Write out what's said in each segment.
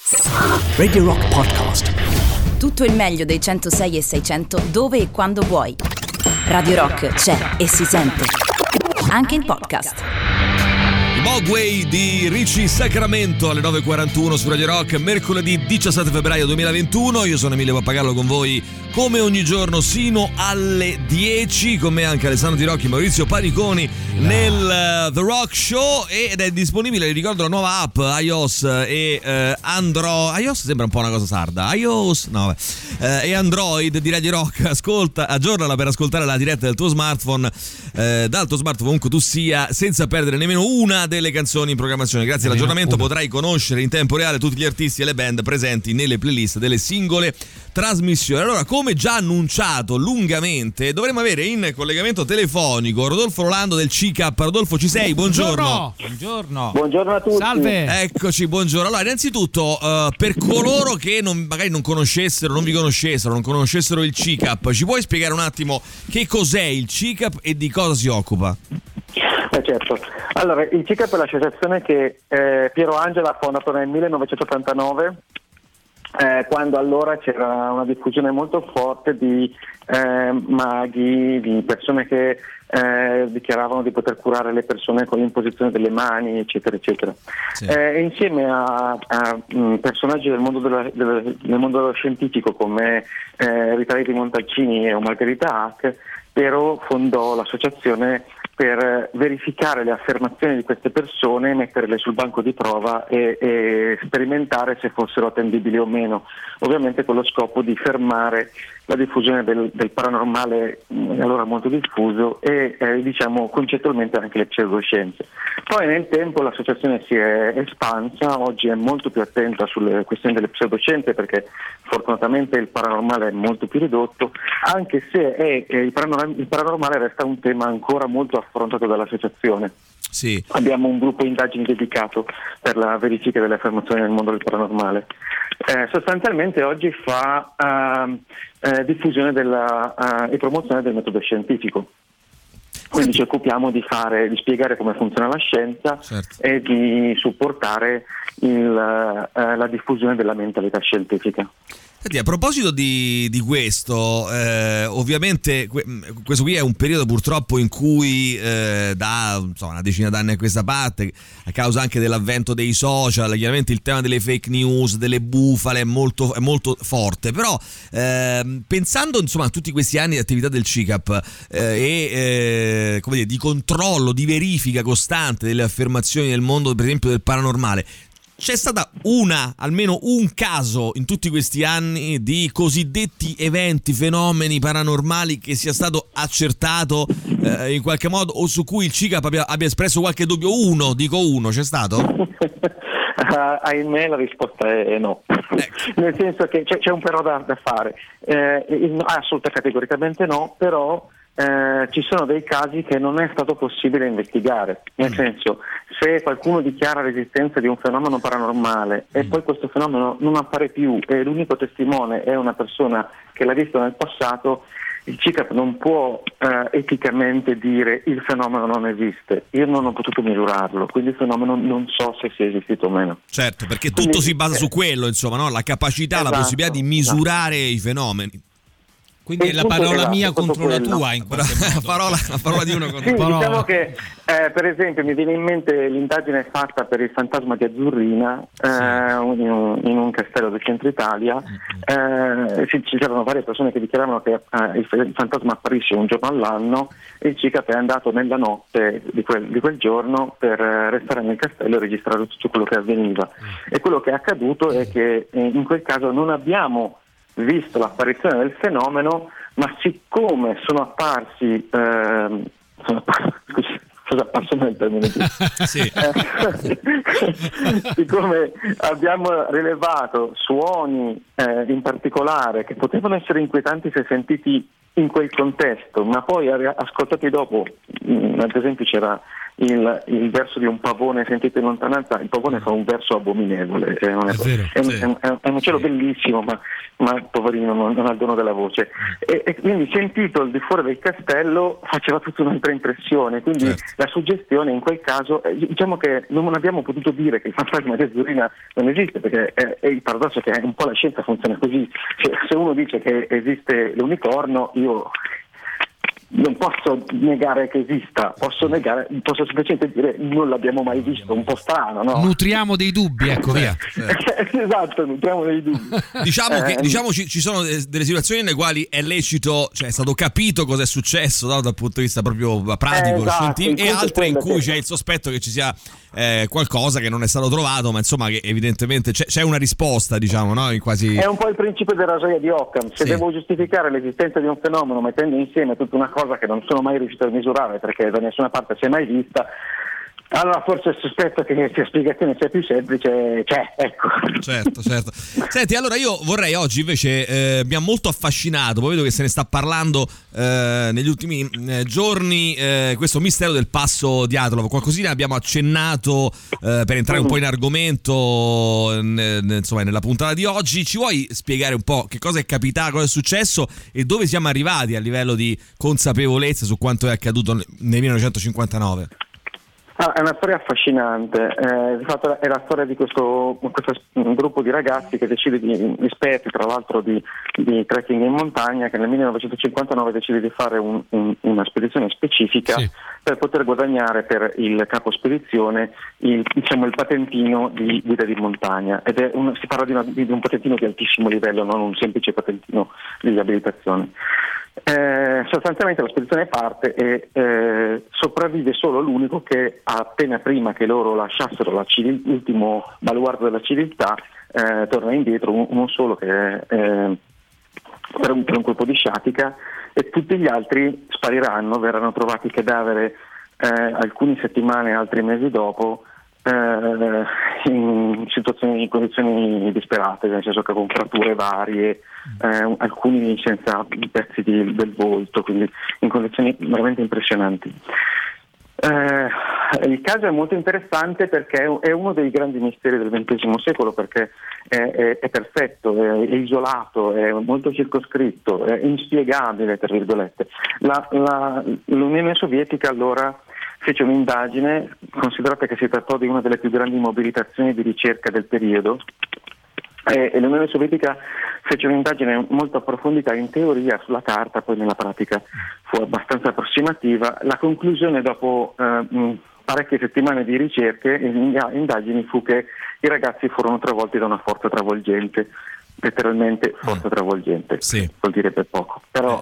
Radio Rock Podcast. Tutto il meglio dei 106 e 600 dove e quando vuoi. Radio Rock c'è e si sente anche in podcast. Mogwai di Richie Sacramento alle 9.41 su Radio Rock, mercoledì 17 febbraio 2021. Io sono Emilio Pappagallo con voi come ogni giorno sino alle 10, con me anche Alessandro Tirocchi, Maurizio Paniconi nel The Rock Show, ed è disponibile, vi ricordo, la nuova app iOS e Android. iOS sembra un po' una cosa sarda. iOS no, e Android di Radio Rock. Aggiornala per ascoltare la diretta del tuo smartphone, dal tuo smartphone ovunque tu sia, senza perdere nemmeno una delle canzoni in programmazione. Grazie all'aggiornamento potrai conoscere in tempo reale tutti gli artisti e le band presenti nelle playlist delle singole trasmissioni. Allora, come già annunciato lungamente, dovremmo avere in collegamento telefonico Rodolfo Rolando del CICAP. Rodolfo, ci sei? Buongiorno. Buongiorno a tutti. Salve. Eccoci, buongiorno. Allora, innanzitutto, per coloro che magari non conoscessero, non vi conoscessero, non conoscessero il CICAP, ci puoi spiegare un attimo che cos'è il CICAP e di cosa si occupa? Certo. Allora, il CICAP è l'associazione che Piero Angela ha fondato nel 1989, quando allora c'era una diffusione molto forte di maghi, di persone che dichiaravano di poter curare le persone con l'imposizione delle mani, eccetera, eccetera. Sì. Insieme a personaggi del mondo scientifico come Rita Levi Montalcini o Margherita Hack, Piero fondò l'associazione per verificare le affermazioni di queste persone, metterle sul banco di prova e sperimentare se fossero attendibili o meno, ovviamente con lo scopo di fermare la diffusione del paranormale, allora molto diffuso, e diciamo concettualmente anche le pseudoscienze. Poi nel tempo l'associazione si è espansa, oggi è molto più attenta sulle questioni delle pseudoscienze, perché fortunatamente il paranormale è molto più ridotto, anche se il paranormale resta un tema ancora molto affrontato dall'associazione. Sì. Abbiamo un gruppo indagini dedicato per la verifica delle affermazioni nel mondo del paranormale. Sostanzialmente oggi fa diffusione e promozione del metodo scientifico. Quindi ci occupiamo di spiegare come funziona la scienza, certo, e di supportare la diffusione della mentalità scientifica. Senti, a proposito di questo, ovviamente questo qui è un periodo purtroppo in cui da una decina d'anni a questa parte, a causa anche dell'avvento dei social, chiaramente il tema delle fake news, delle bufale è molto forte, però pensando insomma a tutti questi anni di attività del CICAP come dire, di controllo, di verifica costante delle affermazioni nel mondo, per esempio del paranormale, c'è stata almeno un caso in tutti questi anni di cosiddetti eventi, fenomeni paranormali che sia stato accertato in qualche modo, o su cui il CICAP abbia espresso qualche dubbio? Uno, c'è stato? Ahimè, la risposta è no. Nel senso che c'è un però da fare. Assolutamente, categoricamente no, però ci sono dei casi che non è stato possibile investigare, nel senso, se qualcuno dichiara l'esistenza di un fenomeno paranormale e poi questo fenomeno non appare più e l'unico testimone è una persona che l'ha visto nel passato, il CICAP non può eticamente dire il fenomeno non esiste, io non ho potuto misurarlo, quindi il fenomeno non so se sia esistito o meno. Certo, perché tutto si basa su quello, insomma, no? La capacità, esatto, la possibilità di misurare i fenomeni. Quindi è la parola mia contro la tua, in qualche modo. La parola di uno contro sì, diciamo che per esempio mi viene in mente l'indagine fatta per il fantasma di Azzurrina, in un castello del centro Italia. Ci c'erano varie persone che dichiaravano che il fantasma apparisce un giorno all'anno, e il CICAP è andato nella notte di quel giorno per restare nel castello e registrare tutto quello che avveniva. E quello che è accaduto è che in quel caso non abbiamo visto l'apparizione del fenomeno, ma siccome sono apparsi cosa apparso nel termine sì. Siccome abbiamo rilevato suoni in particolare che potevano essere inquietanti se sentiti in quel contesto, ma poi ascoltati dopo, ad esempio c'era il verso di un pavone sentito in lontananza, il pavone fa un verso abominevole, è un uccello bellissimo, ma poverino non ha il dono della voce, e quindi sentito al di fuori del castello faceva tutta un'altra impressione, quindi la suggestione in quel caso, diciamo che non abbiamo potuto dire che il fantasma di azzurrina non esiste, perché è il paradosso che un po' la scienza funziona così. Se uno dice che esiste l'unicorno, io non posso negare che esista, posso semplicemente dire non l'abbiamo mai visto, un po' strano, no? Nutriamo dei dubbi, ecco, via. Esatto, nutriamo dei dubbi. Diciamo ci sono delle situazioni nelle quali è lecito, cioè è stato capito cosa è successo, no? Dal punto di vista proprio pratico, scientifico, e altre in cui c'è il sospetto che ci sia qualcosa che non è stato trovato, ma insomma che evidentemente c'è una risposta, diciamo, no? È un po' il principio della rasoia di Occam. Se devo giustificare l'esistenza di un fenomeno mettendo insieme tutta una cosa che non sono mai riuscito a misurare perché da nessuna parte si è mai vista, allora forse il sospetto che la spiegazione sia più semplice c'è, ecco. Certo. Senti, allora io vorrei oggi invece, mi ha molto affascinato, poi vedo che se ne sta parlando negli ultimi giorni, questo mistero del passo di Atlov. Qualcosina abbiamo accennato per entrare un po' in argomento insomma nella puntata di oggi. Ci vuoi spiegare un po' che cosa è capitato, cosa è successo e dove siamo arrivati a livello di consapevolezza su quanto è accaduto nel 1959? È una storia affascinante, di fatto è la storia di questo gruppo di ragazzi che decide esperti tra l'altro di trekking in montagna, che nel 1959 decide di fare una spedizione specifica per poter guadagnare per il capo spedizione il patentino di guida di montagna, ed si parla di un patentino di altissimo livello, non un semplice patentino di abilitazione. Sostanzialmente la spedizione parte e sopravvive solo l'unico che appena prima che loro lasciassero l'ultimo baluardo della civiltà torna indietro, uno solo che per un colpo di sciatica, e tutti gli altri spariranno, verranno trovati cadavere alcune settimane, altri mesi dopo, in condizioni disperate, nel senso che con fratture varie, alcuni senza pezzi del volto, quindi in condizioni veramente impressionanti. Il caso è molto interessante perché è uno dei grandi misteri del XX secolo, perché è perfetto, è isolato, è molto circoscritto, è inspiegabile, tra virgolette. L'Unione Sovietica allora fece un'indagine, considerate che si trattò di una delle più grandi mobilitazioni di ricerca del periodo, e l'Unione Sovietica fece un'indagine molto approfondita in teoria, sulla carta, poi nella pratica fu abbastanza approssimativa. La conclusione dopo parecchie settimane di ricerche e indagini fu che i ragazzi furono travolti da una forza travolgente, letteralmente forza travolgente, vuol dire per poco, però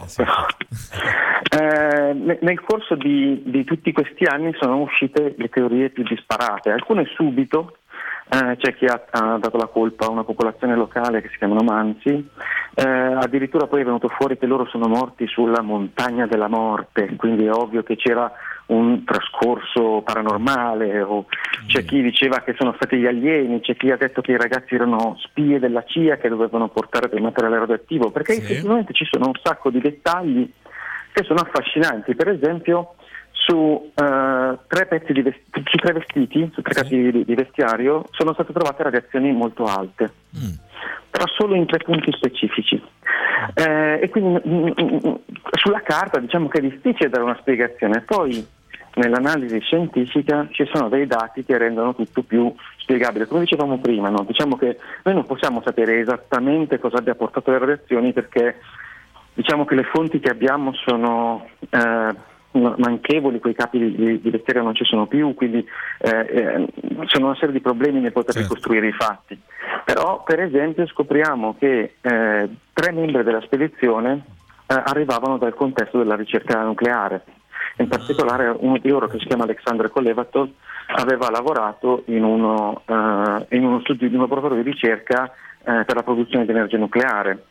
nel corso di tutti questi anni sono uscite le teorie più disparate, alcune subito. C'è chi ha dato la colpa a una popolazione locale che si chiamano Mansi, addirittura poi è venuto fuori che loro sono morti sulla montagna della morte, quindi è ovvio che c'era un trascorso paranormale, o c'è chi diceva che sono stati gli alieni, c'è chi ha detto che i ragazzi erano spie della CIA che dovevano portare del materiale radioattivo, perché effettivamente ci sono un sacco di dettagli che sono affascinanti. Per esempio su tre vestiti, su 3 capi di vestiario sono state trovate radiazioni molto alte, però solo in 3 punti specifici, e quindi sulla carta diciamo che è difficile dare una spiegazione, poi nell'analisi scientifica ci sono dei dati che rendono tutto più spiegabile. Come dicevamo prima, no? Diciamo che noi non possiamo sapere esattamente cosa abbia portato le radiazioni, perché diciamo che le fonti che abbiamo sono manchevoli, quei capi di vestiario non ci sono più, quindi sono una serie di problemi nel poter ricostruire i fatti. Però per esempio scopriamo che 3 membri della spedizione arrivavano dal contesto della ricerca nucleare. In particolare uno di loro, che si chiama Alexander Kolevatov, aveva lavorato in uno studio, in un laboratorio di ricerca per la produzione di energia nucleare.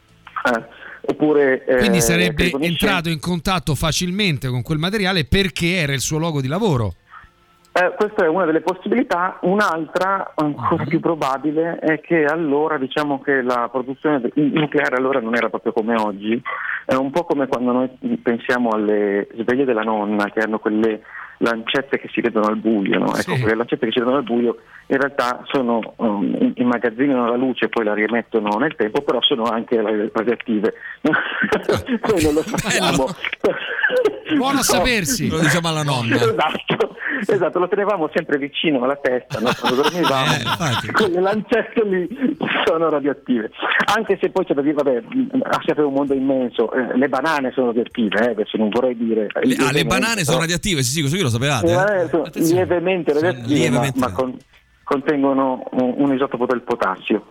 Quindi sarebbe entrato in contatto facilmente con quel materiale perché era il suo luogo di lavoro. Questa è una delle possibilità. Un'altra, ancora più probabile, è che allora diciamo che la produzione nucleare allora non era proprio come oggi. È un po' come quando noi pensiamo alle sveglie della nonna, che hanno quelle lancette che si vedono al buio, no? Ecco, quelle lancette che si vedono al buio in realtà sono immagazzinano la luce e poi la riemettono nel tempo, però sono anche radioattive. Noi non lo sappiamo. Buono sapersi. Lo diciamo alla nonna. Esatto, lo tenevamo sempre vicino alla testa, no? Quando dormivamo. Quelle lancette lì sono radioattive. Anche se poi c'è da dire, vabbè, siete un mondo immenso, le banane sono radioattive, adesso non vorrei dire. Le banane sono radioattive, sì, così lo sapevate. Sono lievemente radioattive, ma contengono un isotopo del potassio.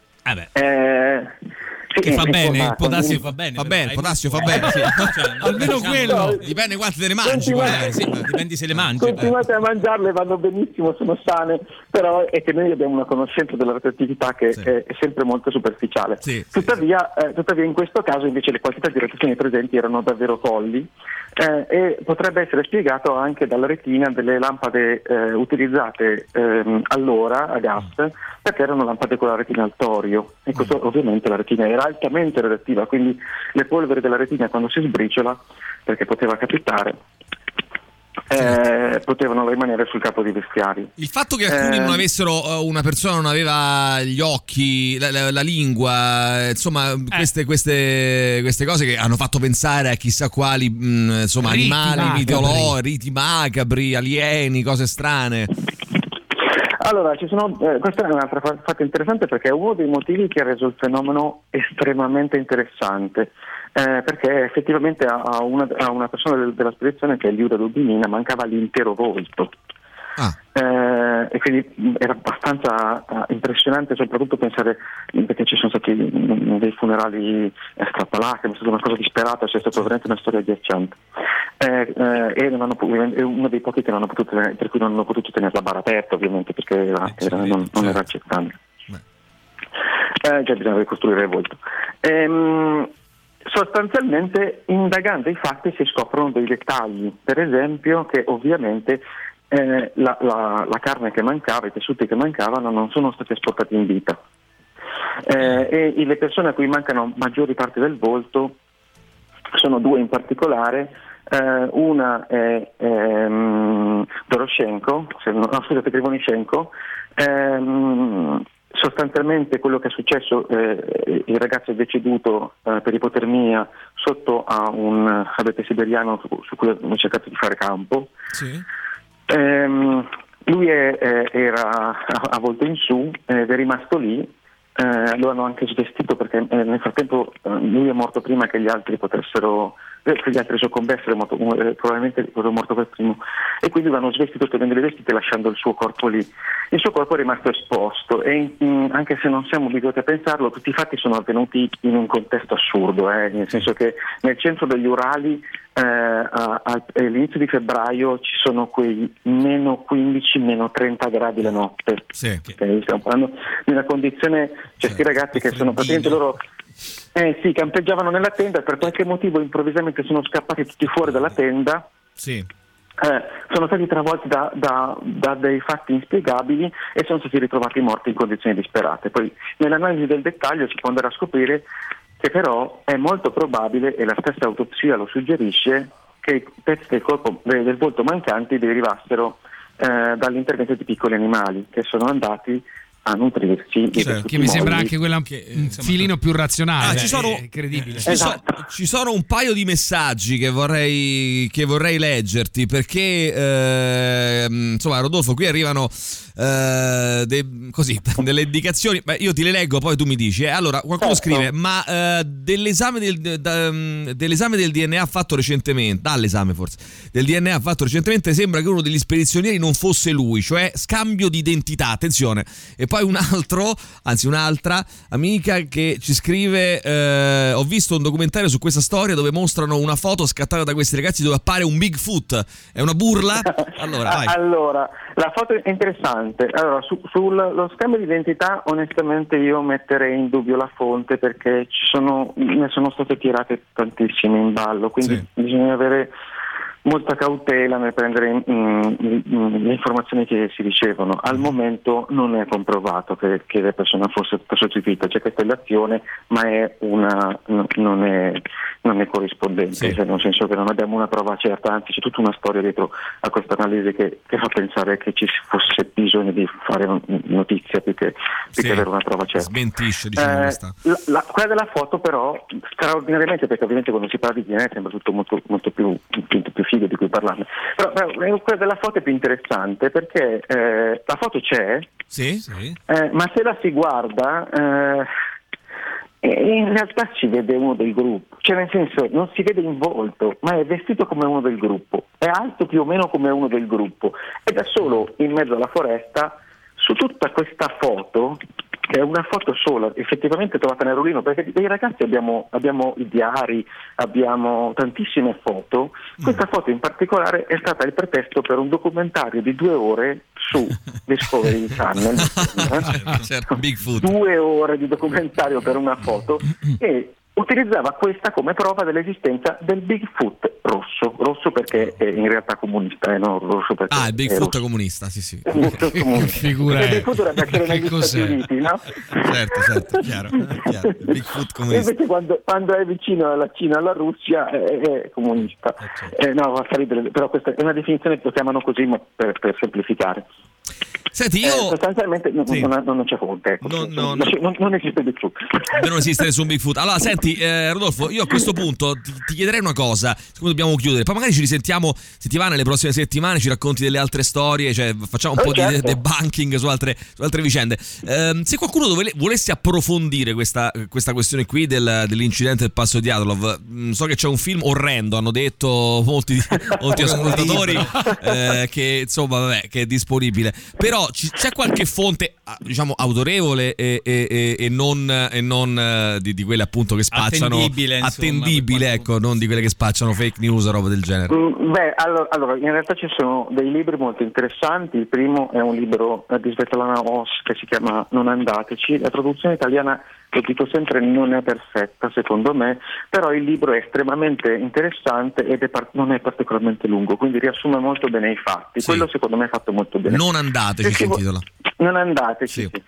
Che fa bene, il potassio fa bene. Va bene, il potassio fa bene. Sì. Almeno quello. Dipende quante te ne mangi. Dipende se le mangi. Continuate a mangiarle, vanno benissimo, sono sane, però è che noi abbiamo una conoscenza della radioattività che è sempre molto superficiale. Tuttavia in questo caso invece le quantità di radiazioni presenti erano davvero folli, e potrebbe essere spiegato anche dalla retina delle lampade utilizzate allora a gas, perché erano lampade con la retina al torio, e questo ovviamente la retina era altamente radioattiva, quindi le polveri della retina quando si sbriciola, perché poteva capitare, potevano rimanere sul capo dei vestiari. Il fatto che alcuni non avessero, una persona non aveva gli occhi, la lingua, insomma queste cose che hanno fatto pensare a chissà quali animali riti macabri, alieni, cose strane. Allora, questa è un'altra fatto interessante, perché è uno dei motivi che ha reso il fenomeno estremamente interessante, perché effettivamente a una persona della spedizione, che è Liuda Dubinina, mancava l'intero volto. E quindi era abbastanza impressionante, soprattutto pensare, perché ci sono stati dei funerali strappalacrime, è stata una cosa disperata, c'è stata veramente una storia agghiacciante, e è uno dei pochi che non hanno potuto, per cui non hanno potuto tenere la bara aperta, ovviamente, perché non era accettabile. Bisogna ricostruire il volto. Sostanzialmente, indagando i fatti, si scoprono dei dettagli, per esempio che ovviamente la carne che mancava, i tessuti che mancavano non sono stati esportati in vita, e le persone a cui mancano maggiori parti del volto sono due in particolare. Una è Krivonichenko. Sostanzialmente quello che è successo, il ragazzo è deceduto per ipotermia sotto a un abete siberiano su cui hanno cercato di fare campo. Lui era avvolto in su ed è rimasto lì. Lo hanno anche svestito, perché nel frattempo lui è morto prima che gli altri soccombessero, probabilmente è morto per primo, e quindi l'hanno svestito tenendo le vestite, lasciando il suo corpo lì. Il suo corpo è rimasto esposto, e anche se non siamo abituati a pensarlo, tutti i fatti sono avvenuti in un contesto assurdo, nel senso che nel centro degli Urali all'inizio di febbraio ci sono quei meno 15, meno 30 gradi la notte. Stiamo parlando di una condizione, questi ragazzi che sono praticamente loro campeggiavano nella tenda, e per qualche motivo improvvisamente sono scappati tutti fuori dalla tenda. Sono stati travolti da dei fatti inspiegabili e sono stati ritrovati morti in condizioni disperate. Poi nell'analisi del dettaglio si può andare a scoprire che però è molto probabile, e la stessa autopsia lo suggerisce, che i pezzi del volto mancanti derivassero dall'intervento di piccoli animali che sono andati a nutrirsi. Che mi sembra anche quella un filino più razionale, credibile. Ci sono un paio di messaggi che vorrei leggerti, perché Rodolfo, qui arrivano delle indicazioni. Io ti le leggo, poi tu mi dici. Allora, qualcuno scrive: ma dall'esame del DNA fatto recentemente, del DNA fatto recentemente, sembra che uno degli spedizionieri non fosse lui, cioè scambio di identità. Attenzione. E poi un'altra amica che ci scrive: ho visto un documentario su questa storia dove mostrano una foto scattata da questi ragazzi dove appare un Bigfoot. È una burla? Allora, la foto è interessante. Allora, sullo scambio di identità, onestamente io metterei in dubbio la fonte, perché ne sono state tirate tantissime in ballo, quindi bisogna avere molta cautela nel prendere le informazioni che si ricevono. Al momento non è comprovato che la persona fosse sostituita, c'è questa relazione, ma non non è corrispondente, cioè, nel senso che non abbiamo una prova certa, anzi c'è tutta una storia dietro a questa analisi che fa pensare che ci fosse bisogno di fare notizia più che avere una prova certa. Smentisce, diciamo, questa. Quella della foto però straordinariamente, perché ovviamente quando si parla di DNA sembra tutto molto, molto più figo di cui parlarne, però quella della foto è più interessante perché la foto c'è, ma se la si guarda in realtà si vede uno del gruppo, cioè nel senso non si vede in volto, ma è vestito come uno del gruppo, è alto più o meno come uno del gruppo ed è solo in mezzo alla foresta. Su tutta questa foto, che è una foto sola, effettivamente trovata nel rullino, perché dei ragazzi abbiamo i diari, abbiamo tantissime foto. Questa foto in particolare è stata il pretesto per un documentario di 2 ore su Discovery Channel. Certo, Bigfoot. 2 ore di documentario per una foto e utilizzava questa come prova dell'esistenza del Bigfoot rosso perché è in realtà comunista, non rosso perché il Bigfoot è comunista, sì. Figura il Bigfoot dovrebbe essere negli Stati Uniti, no? Certo, chiaro. Bigfoot comunista. Invece quando è vicino alla Cina, alla Russia è comunista. No, fa ridere, però questa è una definizione che lo chiamano così ma per semplificare. Senti, io sostanzialmente non c'è fonte, non esiste Bigfoot. Non esiste nessun Bigfoot. Allora senti, Rodolfo, io a questo punto ti chiederei una cosa, siccome dobbiamo chiudere, poi magari ci risentiamo se ti va nelle prossime settimane, ci racconti delle altre storie, cioè facciamo un po' di debunking su altre vicende. Se qualcuno volesse approfondire questa questione qui dell'incidente del passo di Djatlov, so che c'è un film orrendo, hanno detto molti ascoltatori che insomma vabbè, che è disponibile, però c'è qualche fonte diciamo autorevole e non di quelle appunto che spacciano attendibile, ecco, non di quelle che spacciano fake news o roba del genere. Allora in realtà ci sono dei libri molto interessanti. Il primo è un libro di Svetlana Os che si chiama Non andateci. La traduzione italiana, lo dico sempre, non è perfetta secondo me, però il libro è estremamente interessante ed non è particolarmente lungo, quindi riassume molto bene i fatti. Quello secondo me è fatto molto bene. Non andateci si intitola. Non andateci. Sì.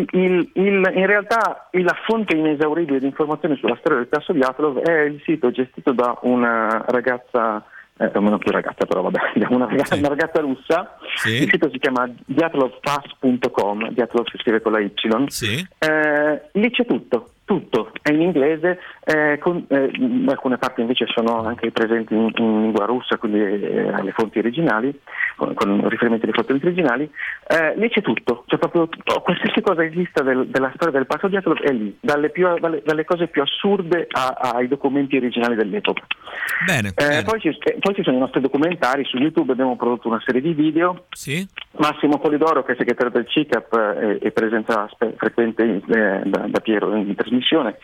In realtà la fonte inesauribile di informazioni sulla storia del passo di Djatlov è il sito gestito da una ragazza, non più ragazza però vabbè, una ragazza russa. Il sito si chiama djatlovpass.com, Djatlov si scrive con la Y. Lì c'è tutto, è in inglese, alcune parti invece sono anche presenti in lingua russa, quindi alle fonti originali, con riferimenti alle fonti originali. Lì c'è tutto, c'è proprio qualsiasi cosa esista della storia del passo di Djatlov è lì, dalle cose più assurde ai documenti originali dell'epoca. Bene. Poi ci sono i nostri documentari su YouTube, abbiamo prodotto una serie di video. Massimo Polidoro, che è segretario del CICAP e presenza frequente da Piero in trasmissione,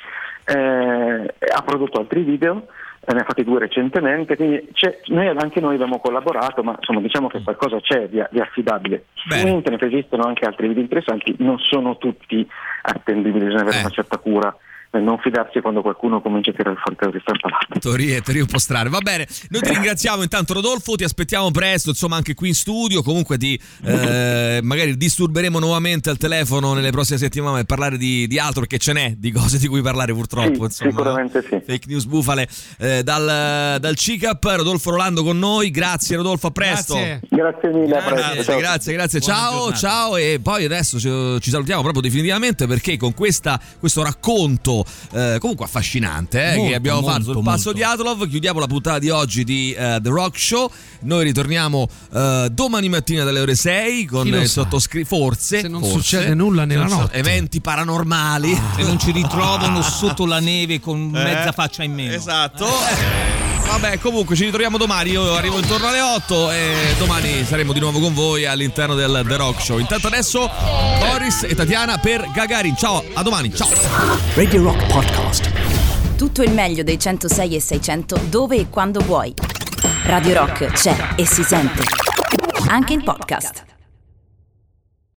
ha prodotto altri video, ne ha fatti 2 recentemente, quindi anche noi abbiamo collaborato, ma insomma diciamo che qualcosa c'è di affidabile. Su internet esistono anche altri video interessanti, non sono tutti attendibili, bisogna avere una certa cura non fidarsi quando qualcuno comincia a tirare fuori teorie strampalate. Teorie un po' strane. Va bene, noi ti ringraziamo intanto Rodolfo, ti aspettiamo presto, insomma anche qui in studio, comunque magari disturberemo nuovamente al telefono nelle prossime settimane per parlare di altro, perché ce n'è di cose di cui parlare purtroppo, insomma, sicuramente sì. Fake news bufale dal CICAP. Rodolfo Rolando con noi, grazie Rodolfo, a presto. Grazie mille, a presto. Grazie, ciao. E poi adesso ci salutiamo proprio definitivamente, perché con questo racconto comunque affascinante che abbiamo fatto sul passo di Djatlov chiudiamo la puntata di oggi di The Rock Show. Noi ritorniamo domani mattina dalle ore 6 con il sottoscritto, forse se non succede nulla nella notte, eventi paranormali, se non ci ritrovano sotto la neve con mezza faccia in meno. Esatto. Vabbè, comunque ci ritroviamo domani, io arrivo intorno alle 8 e domani saremo di nuovo con voi all'interno del The Rock Show. Intanto adesso Boris e Tatiana per Gagarin. Ciao, a domani, ciao. Radio Rock Podcast. Tutto il meglio dei 106 e 600 dove e quando vuoi. Radio Rock c'è e si sente. Anche in podcast.